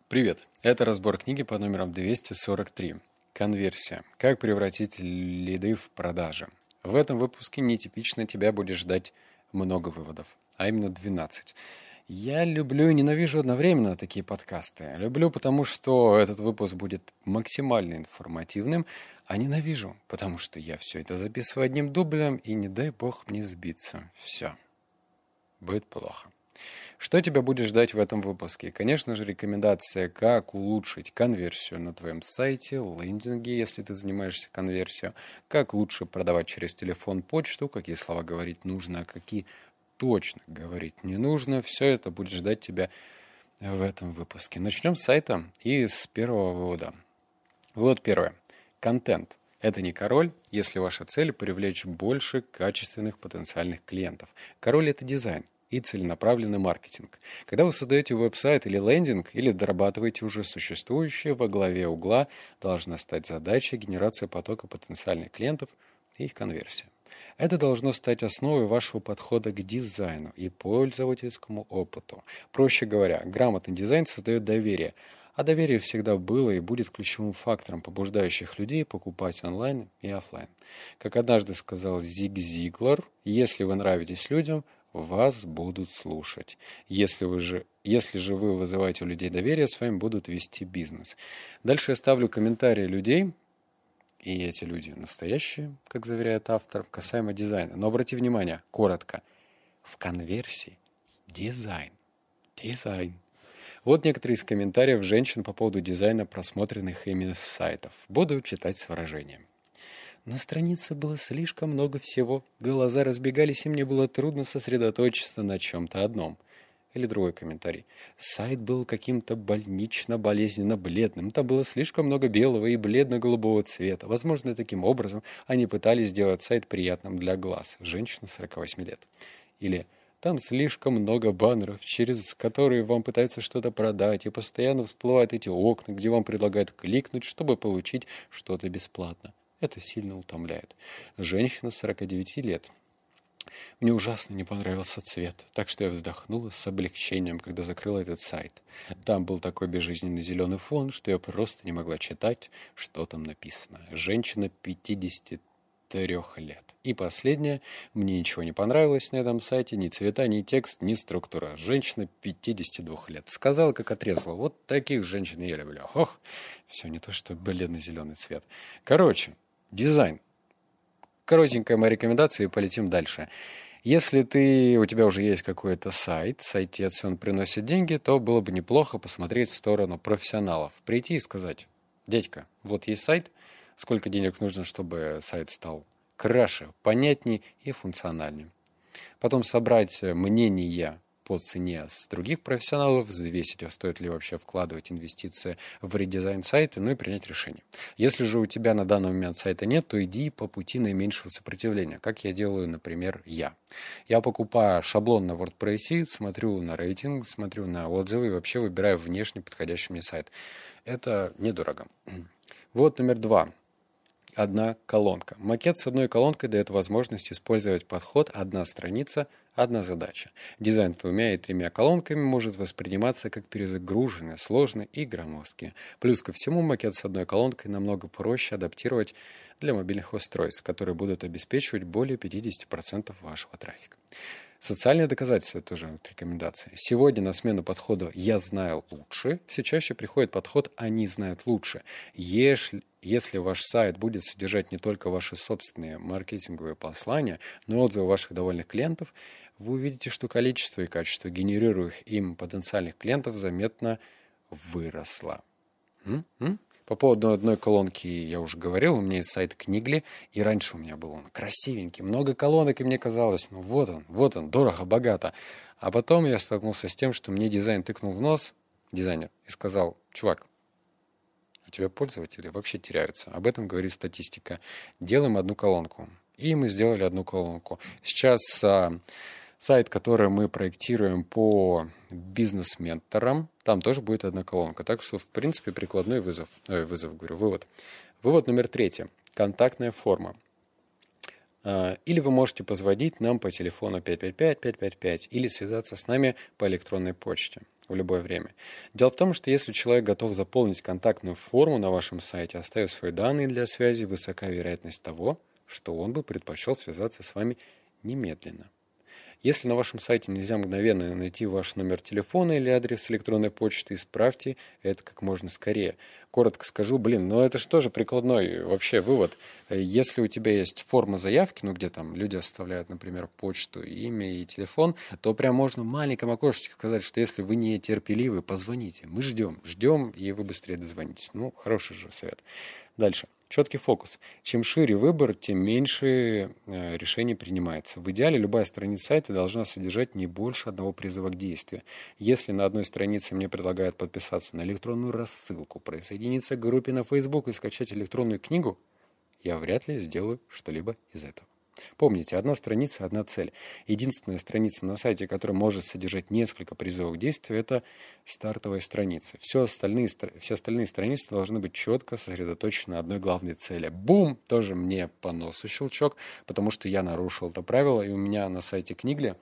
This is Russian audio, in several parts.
Привет! Это разбор книги под номером 243. Конверсия. Как превратить лиды в продажи. В этом выпуске нетипично тебя будет ждать много выводов, а именно 12. Я люблю и ненавижу одновременно такие подкасты. Люблю, потому что этот выпуск будет максимально информативным, а ненавижу, потому что я все это записываю одним дублем, и не дай бог мне сбиться. Все. Будет плохо. Что тебя будет ждать в этом выпуске? Конечно же, рекомендация, как улучшить конверсию на твоем сайте, лендинге, если ты занимаешься конверсией, как лучше продавать через телефон, почту, какие слова говорить нужно, а какие точно говорить не нужно. Все это будет ждать тебя в этом выпуске. Начнем с сайта и с первого вывода. Вывод первый. Контент. Это не король, если ваша цель привлечь больше качественных потенциальных клиентов. Король – это дизайн и целенаправленный маркетинг. Когда вы создаете веб-сайт или лендинг, или дорабатываете уже существующее, во главе угла должна стать задача генерации потока потенциальных клиентов и их конверсия. Это должно стать основой вашего подхода к дизайну и пользовательскому опыту. Проще говоря, грамотный дизайн создает доверие, а доверие всегда было и будет ключевым фактором, побуждающих людей покупать онлайн и офлайн. Как однажды сказал Зиг Зиглар, если вы нравитесь людям, вас будут слушать. Если же вы вызываете у людей доверие, с вами будут вести бизнес. Дальше я ставлю комментарии людей, и эти люди настоящие, как заверяет автор, касаемо дизайна. Но обрати внимание, коротко, в конверсии дизайн. Дизайн. Вот некоторые из комментариев женщин по поводу дизайна просмотренных ими сайтов. Буду читать с выражением. На странице было слишком много всего. Глаза разбегались, и мне было трудно сосредоточиться на чем-то одном. Или другой комментарий. Сайт был каким-то больнично-болезненно бледным. Там было слишком много белого и бледно-голубого цвета. Возможно, таким образом они пытались сделать сайт приятным для глаз. Женщина 48 лет. Или там слишком много баннеров, через которые вам пытаются что-то продать, и постоянно всплывают эти окна, где вам предлагают кликнуть, чтобы получить что-то бесплатно. Это сильно утомляет. Женщина 49 лет. Мне ужасно не понравился цвет, так что я вздохнула с облегчением, когда закрыла этот сайт. Там был такой безжизненный зеленый фон, что я просто не могла читать, что там написано. Женщина 53 лет. И последнее. Мне ничего не понравилось на этом сайте. Ни цвета, ни текст, ни структура. Женщина 52 лет. Сказала, как отрезала. Вот таких женщин я люблю. Ох, все не то, что бледно-зеленый цвет. Короче, дизайн. Коротенькая моя рекомендация, и полетим дальше. Если у тебя уже есть какой-то сайт, сайтец, он приносит деньги, то было бы неплохо посмотреть в сторону профессионалов. Прийти и сказать: дядька, вот есть сайт, сколько денег нужно, чтобы сайт стал краше, понятнее и функциональнее. Потом собрать мнение по цене с других профессионалов, взвесить, а стоит ли вообще вкладывать инвестиции в редизайн сайта, ну и принять решение. Если же у тебя на данный момент сайта нет, то иди по пути наименьшего сопротивления, как я делаю, например, я. Я покупаю шаблон на WordPress, смотрю на рейтинг, смотрю на отзывы и вообще выбираю внешне подходящий мне сайт. Это недорого. Вот номер 2. Одна колонка. Макет с одной колонкой дает возможность использовать подход «одна страница, одна задача». Дизайн с 2 и 3 колонками может восприниматься как перезагруженный, сложный и громоздкий. Плюс ко всему, макет с одной колонкой намного проще адаптировать для мобильных устройств, которые будут обеспечивать более 50% вашего трафика. Социальные доказательства тоже рекомендации. Сегодня на смену подходу «я знаю лучше» все чаще приходит подход «они знают лучше». Если ваш сайт будет содержать не только ваши собственные маркетинговые послания, но и отзывы ваших довольных клиентов, вы увидите, что количество и качество генерируемых им потенциальных клиентов заметно выросло. По поводу одной колонки я уже говорил, у меня есть сайт Книгли, и раньше у меня был он красивенький, много колонок, и мне казалось, ну вот он, дорого, богато. А потом я столкнулся с тем, что мне дизайн тыкнул в нос, дизайнер, и сказал: чувак, у тебя пользователи вообще теряются. Об этом говорит статистика. Делаем одну колонку. И мы сделали одну колонку. Сейчас сайт, который мы проектируем по бизнес-менторам, там тоже будет одна колонка. Так что, в принципе, прикладной вывод. Вывод номер 3. Контактная форма. Или вы можете позвонить нам по телефону 555-555 или связаться с нами по электронной почте. в любое время. Дело в том, что если человек готов заполнить контактную форму на вашем сайте, оставив свои данные для связи, высока вероятность того, что он бы предпочел связаться с вами немедленно. Если на вашем сайте нельзя мгновенно найти ваш номер телефона или адрес электронной почты, исправьте это как можно скорее. Коротко скажу, но это же тоже прикладной вообще вывод. Если у тебя есть форма заявки, где там люди оставляют, например, почту, имя и телефон, то прям можно в маленьком окошечке сказать, что если вы не терпеливы, позвоните. Мы ждем, и вы быстрее дозвонитесь. Хороший же совет. Дальше. Четкий фокус. Чем шире выбор, тем меньше решений принимается. В идеале любая страница сайта должна содержать не больше одного призыва к действию. Если на одной странице мне предлагают подписаться на электронную рассылку, присоединиться к группе на Facebook и скачать электронную книгу, я вряд ли сделаю что-либо из этого. Помните, одна страница, одна цель. Единственная страница на сайте, которая может содержать несколько призывов к действию, это стартовая страница. Все остальные страницы должны быть четко сосредоточены на одной главной цели. Бум! Тоже мне по носу щелчок, потому что я нарушил это правило, и у меня на сайте Книгли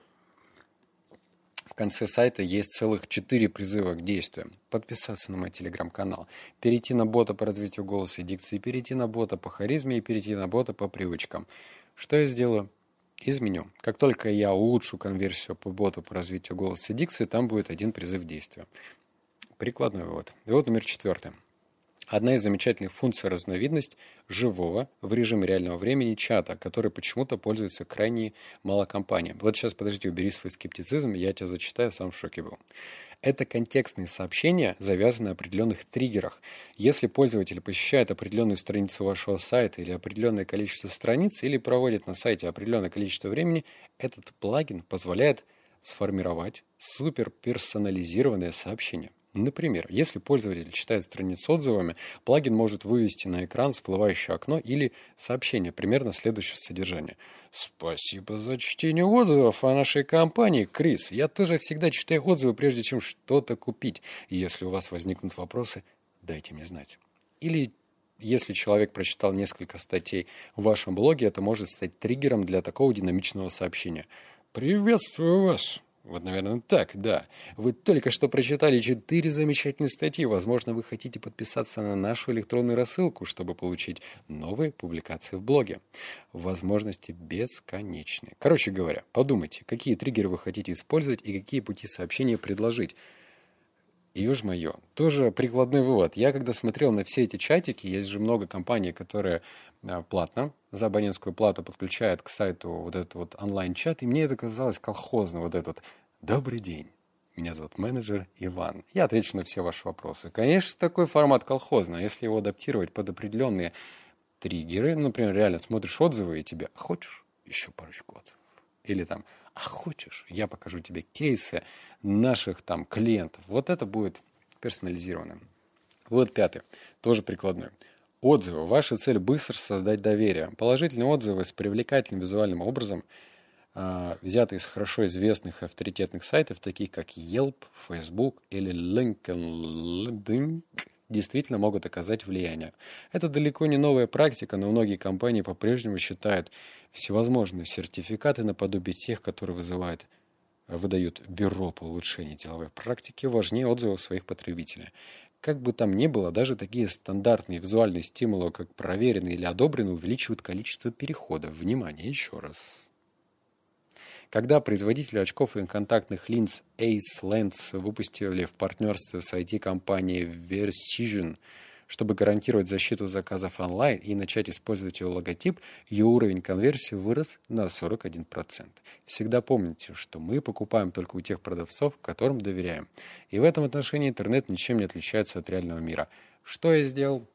в конце сайта есть целых 4 призыва к действию. Подписаться на мой телеграм-канал, перейти на бота по развитию голоса и дикции, перейти на бота по харизме и перейти на бота по привычкам. Что я сделаю? Изменю. Как только я улучшу конверсию по боту по развитию голоса и дикции, там будет один призыв действия. Прикладной вывод. Вывод номер 4. Одна из замечательных функций — разновидность живого в режиме реального времени чата, который почему-то пользуется крайне мало компаний. Вот сейчас, подожди, убери свой скептицизм, я тебя зачитаю, сам в шоке был. Это контекстные сообщения, завязанные на определенных триггерах. Если пользователь посещает определенную страницу вашего сайта или определенное количество страниц, или проводит на сайте определенное количество времени, этот плагин позволяет сформировать суперперсонализированное сообщение. Например, если пользователь читает страницу с отзывами, плагин может вывести на экран всплывающее окно или сообщение примерно следующего содержания. «Спасибо за чтение отзывов о нашей компании, Крис. Я тоже всегда читаю отзывы, прежде чем что-то купить. И если у вас возникнут вопросы, дайте мне знать». Или если человек прочитал несколько статей в вашем блоге, это может стать триггером для такого динамичного сообщения. «Приветствую вас». Вот, наверное, так, да. Вы только что прочитали 4 замечательные статьи. Возможно, вы хотите подписаться на нашу электронную рассылку, чтобы получить новые публикации в блоге. Возможности бесконечны. Короче говоря, подумайте, какие триггеры вы хотите использовать и какие пути сообщения предложить. И уж мое. Тоже прикладной вывод. Я когда смотрел на все эти чатики, есть же много компаний, которые платно, за абонентскую плату подключают к сайту вот этот вот онлайн-чат, и мне это казалось колхозно, вот этот «Добрый день, меня зовут менеджер Иван, я отвечу на все ваши вопросы». Конечно, такой формат колхозный, если его адаптировать под определенные триггеры, например, реально смотришь отзывы, и тебе «А хочешь еще парочку отзывов?» Или там «А хочешь, я покажу тебе кейсы наших там клиентов». Вот это будет персонализированным. Вот 5. Тоже прикладной. Отзывы. Ваша цель — быстро создать доверие. Положительные отзывы с привлекательным визуальным образом, взятые из хорошо известных и авторитетных сайтов, таких как Yelp, Facebook или LinkedIn, действительно могут оказать влияние. Это далеко не новая практика, но многие компании по-прежнему считают всевозможные сертификаты наподобие тех, которые выдают Бюро по улучшению деловой практики, важнее отзывов своих потребителей. Как бы там ни было, даже такие стандартные визуальные стимулы, как проверенные или одобренные, увеличивают количество переходов. Внимание, еще раз. Когда производители очков и контактных линз Ace Lens выпустили в партнерстве с IT-компанией Vercision, чтобы гарантировать защиту заказов онлайн и начать использовать ее логотип, ее уровень конверсии вырос на 41%. Всегда помните, что мы покупаем только у тех продавцов, которым доверяем. И в этом отношении интернет ничем не отличается от реального мира. Что я сделал?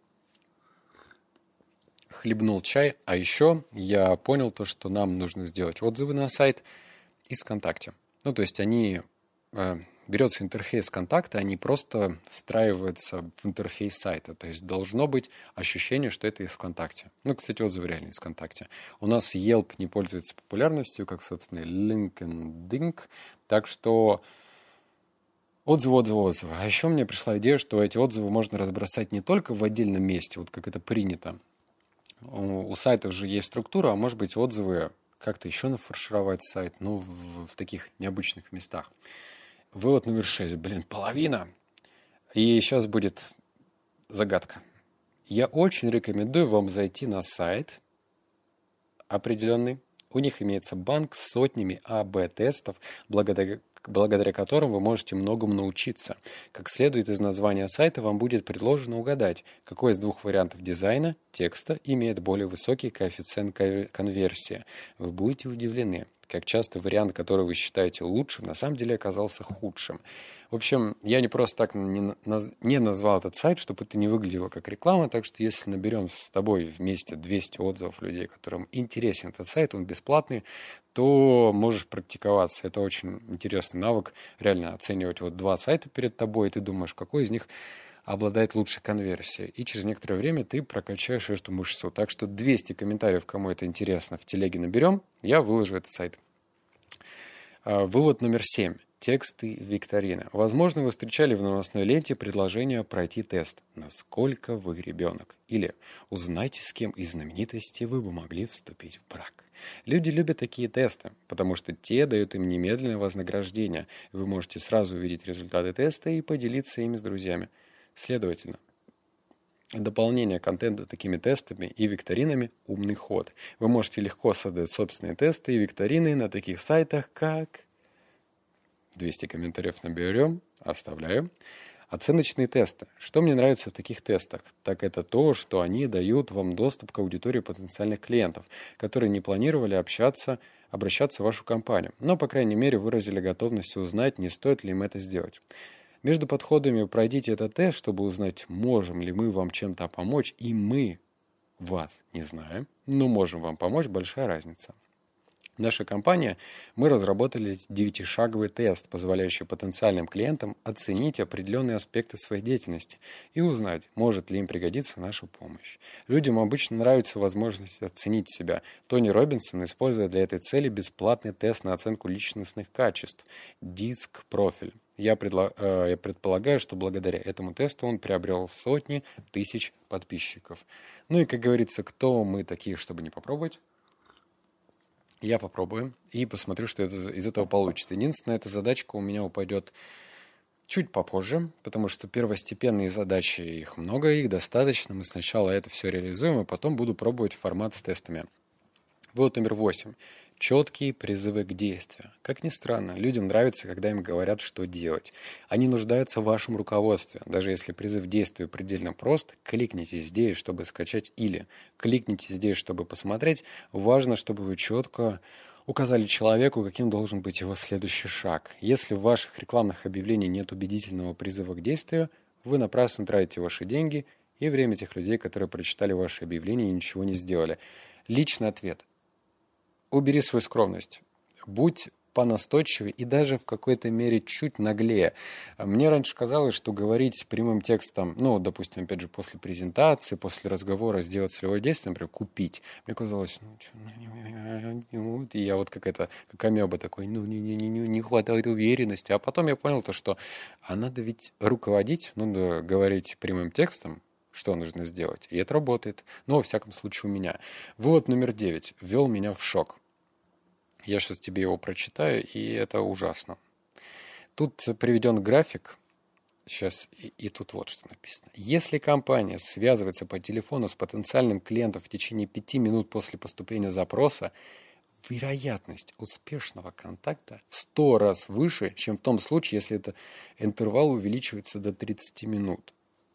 Хлебнул чай, а еще я понял то, что нам нужно сделать отзывы на сайт из ВКонтакте. То есть берется интерфейс контакта, они просто встраиваются в интерфейс сайта. То есть должно быть ощущение, что это из ВКонтакте. Кстати, отзывы реально из ВКонтакте. У нас Yelp не пользуется популярностью, как, собственно, LinkedIn. Так что отзывы. А еще мне пришла идея, что эти отзывы можно разбросать не только в отдельном месте, вот как это принято. У сайтов же есть структура, а может быть отзывы как-то еще нафаршировать сайт, в таких необычных местах. Вывод номер 6. Блин, половина. И сейчас будет загадка. Я очень рекомендую вам зайти на сайт определенный. У них имеется банк с сотнями АБ-тестов, благодаря которым вы можете многому научиться. Как следует из названия сайта, вам будет предложено угадать, какой из двух вариантов дизайна, текста имеет более высокий коэффициент конверсии. Вы будете удивлены, как часто вариант, который вы считаете лучшим, на самом деле оказался худшим. В общем, я не просто так не назвал этот сайт, чтобы это не выглядело как реклама, так что если наберем с тобой вместе 200 отзывов людей, которым интересен этот сайт, он бесплатный, то можешь практиковаться. Это очень интересный навык, реально оценивать вот два сайта перед тобой, и ты думаешь, какой из них обладает лучшей конверсией. И через некоторое время ты прокачаешь эту мышцу. Так что 200 комментариев, кому это интересно, в телеге наберем, я выложу этот сайт. Вывод номер 7. Тексты викторины. Возможно, вы встречали в новостной ленте предложение пройти тест «Насколько вы ребенок?» или «Узнайте, с кем из знаменитостей вы бы могли вступить в брак». Люди любят такие тесты, потому что те дают им немедленное вознаграждение. Вы можете сразу увидеть результаты теста и поделиться ими с друзьями. Следовательно, дополнение контента такими тестами и викторинами – умный ход. Вы можете легко создать собственные тесты и викторины на таких сайтах, как... 200 комментариев наберем, оставляю. Оценочные тесты. Что мне нравится в таких тестах? Так это то, что они дают вам доступ к аудитории потенциальных клиентов, которые не планировали обращаться в вашу компанию, но, по крайней мере, выразили готовность узнать, не стоит ли им это сделать. Между подходами пройдите этот тест, чтобы узнать, можем ли мы вам чем-то помочь, и мы вас не знаем, но можем вам помочь, большая разница. Наша компания, мы разработали 9-шаговый тест, позволяющий потенциальным клиентам оценить определенные аспекты своей деятельности и узнать, может ли им пригодиться наша помощь. Людям обычно нравится возможность оценить себя. Тони Робинсон использует для этой цели бесплатный тест на оценку личностных качеств – DISC-профиль. Я предполагаю, что благодаря этому тесту он приобрел сотни тысяч подписчиков. Ну и, как говорится, кто мы такие, чтобы не попробовать? Я попробую и посмотрю, что из этого получится. Единственное, эта задачка у меня упадет чуть попозже, потому что первостепенные задачи, их много, их достаточно. Мы сначала это все реализуем, а потом буду пробовать формат с тестами. Вывод номер 8. Четкие призывы к действию. Как ни странно, людям нравится, когда им говорят, что делать. Они нуждаются в вашем руководстве. Даже если призыв к действию предельно прост, кликните здесь, чтобы скачать, или кликните здесь, чтобы посмотреть. Важно, чтобы вы четко указали человеку, каким должен быть его следующий шаг. Если в ваших рекламных объявлениях нет убедительного призыва к действию, вы напрасно тратите ваши деньги и время тех людей, которые прочитали ваше объявление и ничего не сделали. Личный ответ. Убери свою скромность. Будь понастойчивее и даже в какой-то мере чуть наглее. Мне раньше казалось, что говорить прямым текстом, ну, допустим, опять же, после презентации, после разговора сделать целевое действие, например, купить. Мне казалось, и я вот как амеба такой, не хватает уверенности. А потом я понял то, что надо ведь руководить, надо говорить прямым текстом, что нужно сделать. И это работает. Но, во всяком случае, у меня. Вывод номер 9 ввел меня в шок. Я сейчас тебе его прочитаю, и это ужасно. Тут приведен график. Сейчас, и тут вот что написано. Если компания связывается по телефону с потенциальным клиентом в течение 5 минут после поступления запроса, вероятность успешного контакта в 100 раз выше, чем в том случае, если этот интервал увеличивается до 30 минут.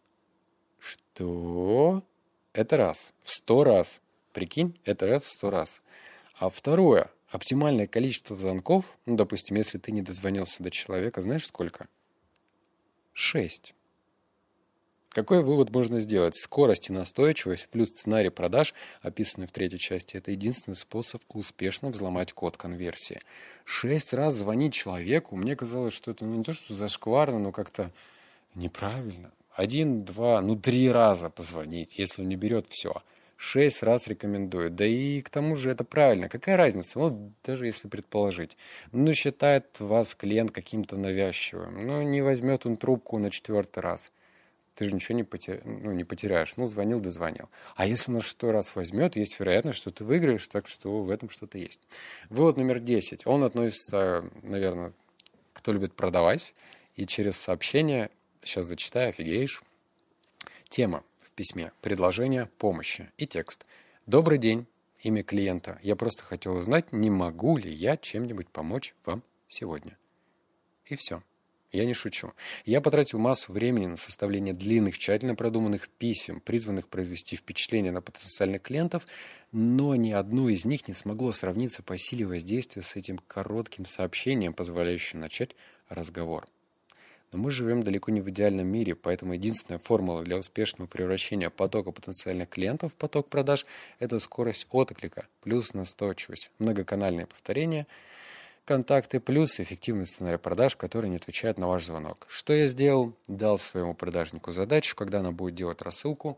Что? Это раз. В 100 раз. Прикинь, это раз в 100 раз. А второе. Оптимальное количество звонков, ну, допустим, если ты не дозвонился до человека, знаешь сколько? 6. Какой вывод можно сделать? Скорость и настойчивость плюс сценарий продаж, описанный в 3 части, это единственный способ успешно взломать код конверсии. 6 раз звонить человеку, мне казалось, что это не то, что зашкварно, но как-то неправильно. 1, 2, 3 раза позвонить, если он не берет, все. 6 раз рекомендуют. Да и к тому же это правильно. Какая разница? Вот даже если предположить. Считает вас клиент каким-то навязчивым. Не возьмет он трубку на 4-й раз. Ты же ничего не потеряешь. Звонил, дозвонил. А если он на 6-й раз возьмет, есть вероятность, что ты выиграешь, так что в этом что-то есть. Вывод номер 10. Он относится, наверное, к кто любит продавать, и через сообщение, сейчас зачитаю, офигеешь, тема в письме, предложение помощи и текст. «Добрый день, имя клиента. Я просто хотел узнать, не могу ли я чем-нибудь помочь вам сегодня». И все. Я не шучу. Я потратил массу времени на составление длинных, тщательно продуманных писем, призванных произвести впечатление на потенциальных клиентов, но ни одно из них не смогло сравниться по силе воздействия с этим коротким сообщением, позволяющим начать разговор. Но мы живем далеко не в идеальном мире, поэтому единственная формула для успешного превращения потока потенциальных клиентов в поток продаж – это скорость отклика плюс настойчивость, многоканальные повторения – контакты плюс эффективный сценарий продаж, который не отвечает на ваш звонок. Что я сделал? Дал своему продажнику задачу, когда она будет делать рассылку,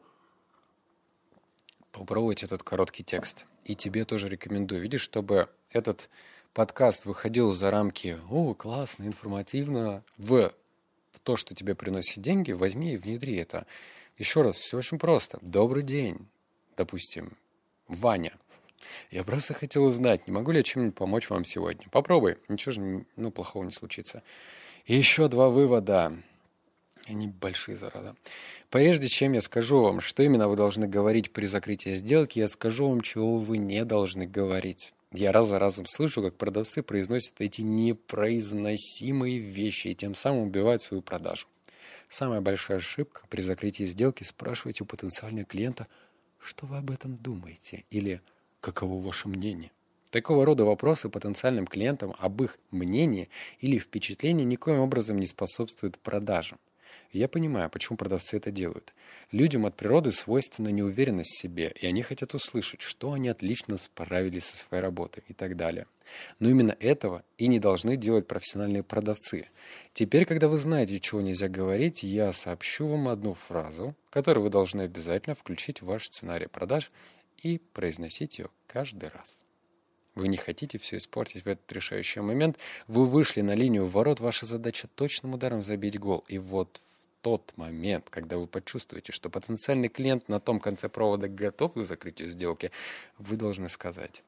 попробовать этот короткий текст. И тебе тоже рекомендую. Видишь, чтобы этот подкаст выходил за рамки классно, информативно, в то, что тебе приносит деньги, возьми и внедри это. Еще раз, все очень просто. Добрый день, допустим, Ваня. Я просто хотел узнать, не могу ли я чем-нибудь помочь вам сегодня. Попробуй, ничего же плохого не случится. И еще 2 вывода. Они большие, зараза. Прежде чем я скажу вам, что именно вы должны говорить при закрытии сделки, я скажу вам, чего вы не должны говорить. Я раз за разом слышу, как продавцы произносят эти непроизносимые вещи и тем самым убивают свою продажу. Самая большая ошибка при закрытии сделки — спрашивать у потенциального клиента, что вы об этом думаете, или каково ваше мнение. Такого рода вопросы потенциальным клиентам об их мнении или впечатлении никоим образом не способствуют продажам. Я понимаю, почему продавцы это делают. Людям от природы свойственна неуверенность в себе, и они хотят услышать, что они отлично справились со своей работой и так далее. Но именно этого и не должны делать профессиональные продавцы. Теперь, когда вы знаете, чего нельзя говорить, я сообщу вам одну фразу, которую вы должны обязательно включить в ваш сценарий продаж и произносить ее каждый раз. Вы не хотите все испортить в этот решающий момент. Вы вышли на линию ворот, ваша задача точным ударом забить гол. И вот в тот момент, когда вы почувствуете, что потенциальный клиент на том конце провода готов к закрытию сделки, вы должны сказать.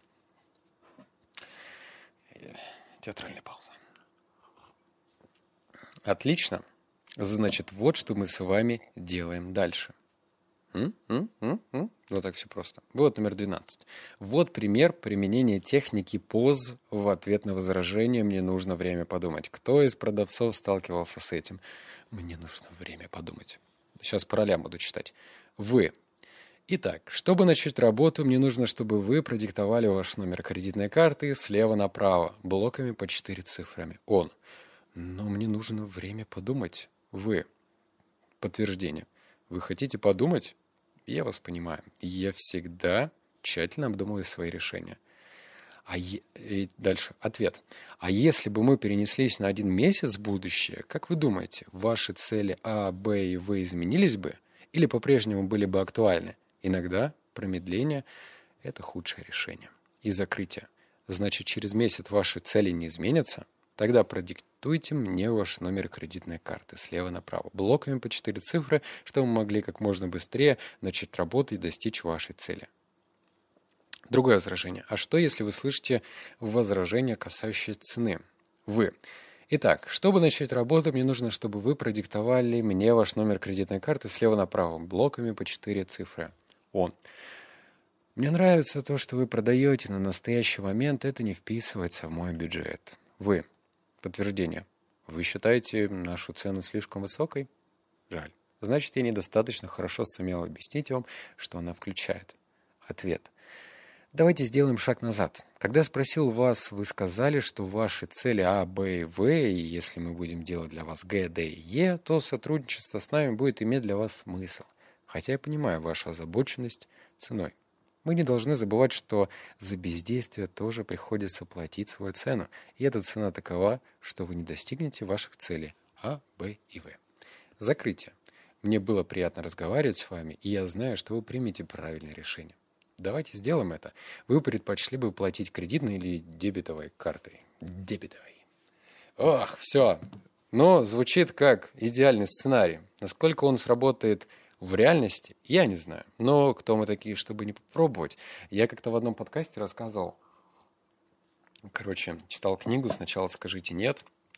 Театральная пауза. Отлично. Значит, вот что мы с вами делаем дальше. Вот так все просто. Вывод номер 12. Вот пример применения техники поз в ответ на возражение «мне нужно время подумать». Кто из продавцов сталкивался с этим? Мне нужно время подумать. Сейчас по ролям буду читать. Вы. Итак, чтобы начать работу, мне нужно, чтобы вы продиктовали ваш номер кредитной карты слева направо, блоками по 4 цифрами. Он. Но мне нужно время подумать. Вы. Подтверждение. Вы хотите подумать? Я вас понимаю. Я всегда тщательно обдумываю свои решения. И дальше ответ. А если бы мы перенеслись на 1 месяц в будущее, как вы думаете, ваши цели А, Б и В изменились бы? Или по-прежнему были бы актуальны? Иногда промедление – это худшее решение. И закрытие. Значит, через месяц ваши цели не изменятся? Тогда продиктуйте мне ваш номер кредитной карты слева направо, блоками по 4 цифры, чтобы мы могли как можно быстрее начать работу и достичь вашей цели. Другое возражение. А что, если вы слышите возражение, касающееся цены? Вы. Итак, чтобы начать работу, мне нужно, чтобы вы продиктовали мне ваш номер кредитной карты слева направо, блоками по 4 цифры. Он. Мне нравится то, что вы продаете, но на настоящий момент это не вписывается в мой бюджет. Вы. Подтверждение. Вы считаете нашу цену слишком высокой? Жаль. Значит, я недостаточно хорошо сумел объяснить вам, что она включает. Ответ. Давайте сделаем шаг назад. Когда я спросил вас, вы сказали, что ваши цели А, Б и В, и если мы будем делать для вас Г, Д и Е, то сотрудничество с нами будет иметь для вас смысл. Хотя я понимаю вашу озабоченность ценой. Мы не должны забывать, что за бездействие тоже приходится платить свою цену. И эта цена такова, что вы не достигнете ваших целей А, Б и В. Закрытие. Мне было приятно разговаривать с вами, и я знаю, что вы примете правильное решение. Давайте сделаем это. Вы предпочли бы платить кредитной или дебетовой картой? Дебетовой. Ох, все. Но звучит как идеальный сценарий. Насколько он сработает в реальности, я не знаю. Но кто мы такие, чтобы не попробовать? Я как-то в одном подкасте рассказывал. Читал книгу «Сначала скажите нет»,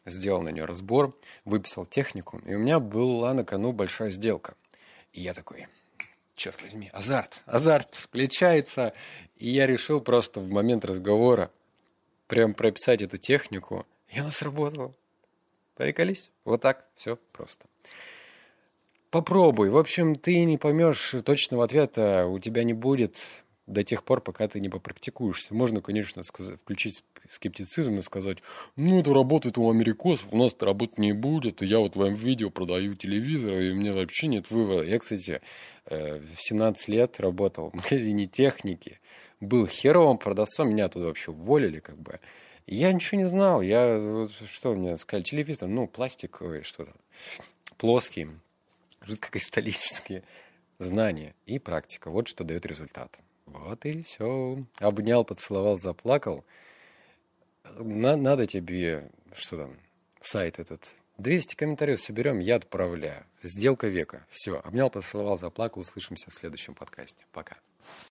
сделал на нее разбор, выписал технику, и у меня была на кону большая сделка. И я такой, черт возьми, азарт включается. И я решил просто в момент разговора прям прописать эту технику, и она сработала. Приколись. Вот так, все просто. Попробуй. В общем, ты не поймешь точного ответа, у тебя не будет до тех пор, пока ты не попрактикуешься. Можно, конечно, включить скептицизм и сказать, ну, это работает у америкосов, у нас это работать не будет, и я вот вам видео продаю телевизор, и у меня вообще нет вывода. Я, кстати, в 17 лет работал в магазине техники, был херовым продавцом, меня туда вообще уволили, как бы. Я ничего не знал, что мне сказали, телевизор, ну, пластиковый, что-то, плоский, жидкокристаллические знания и практика. Вот что дает результат. Вот и все. Обнял, поцеловал, заплакал. Надо тебе, что там, сайт этот. 200 комментариев соберем, я отправляю. Сделка века. Все. Обнял, поцеловал, заплакал. Услышимся в следующем подкасте. Пока.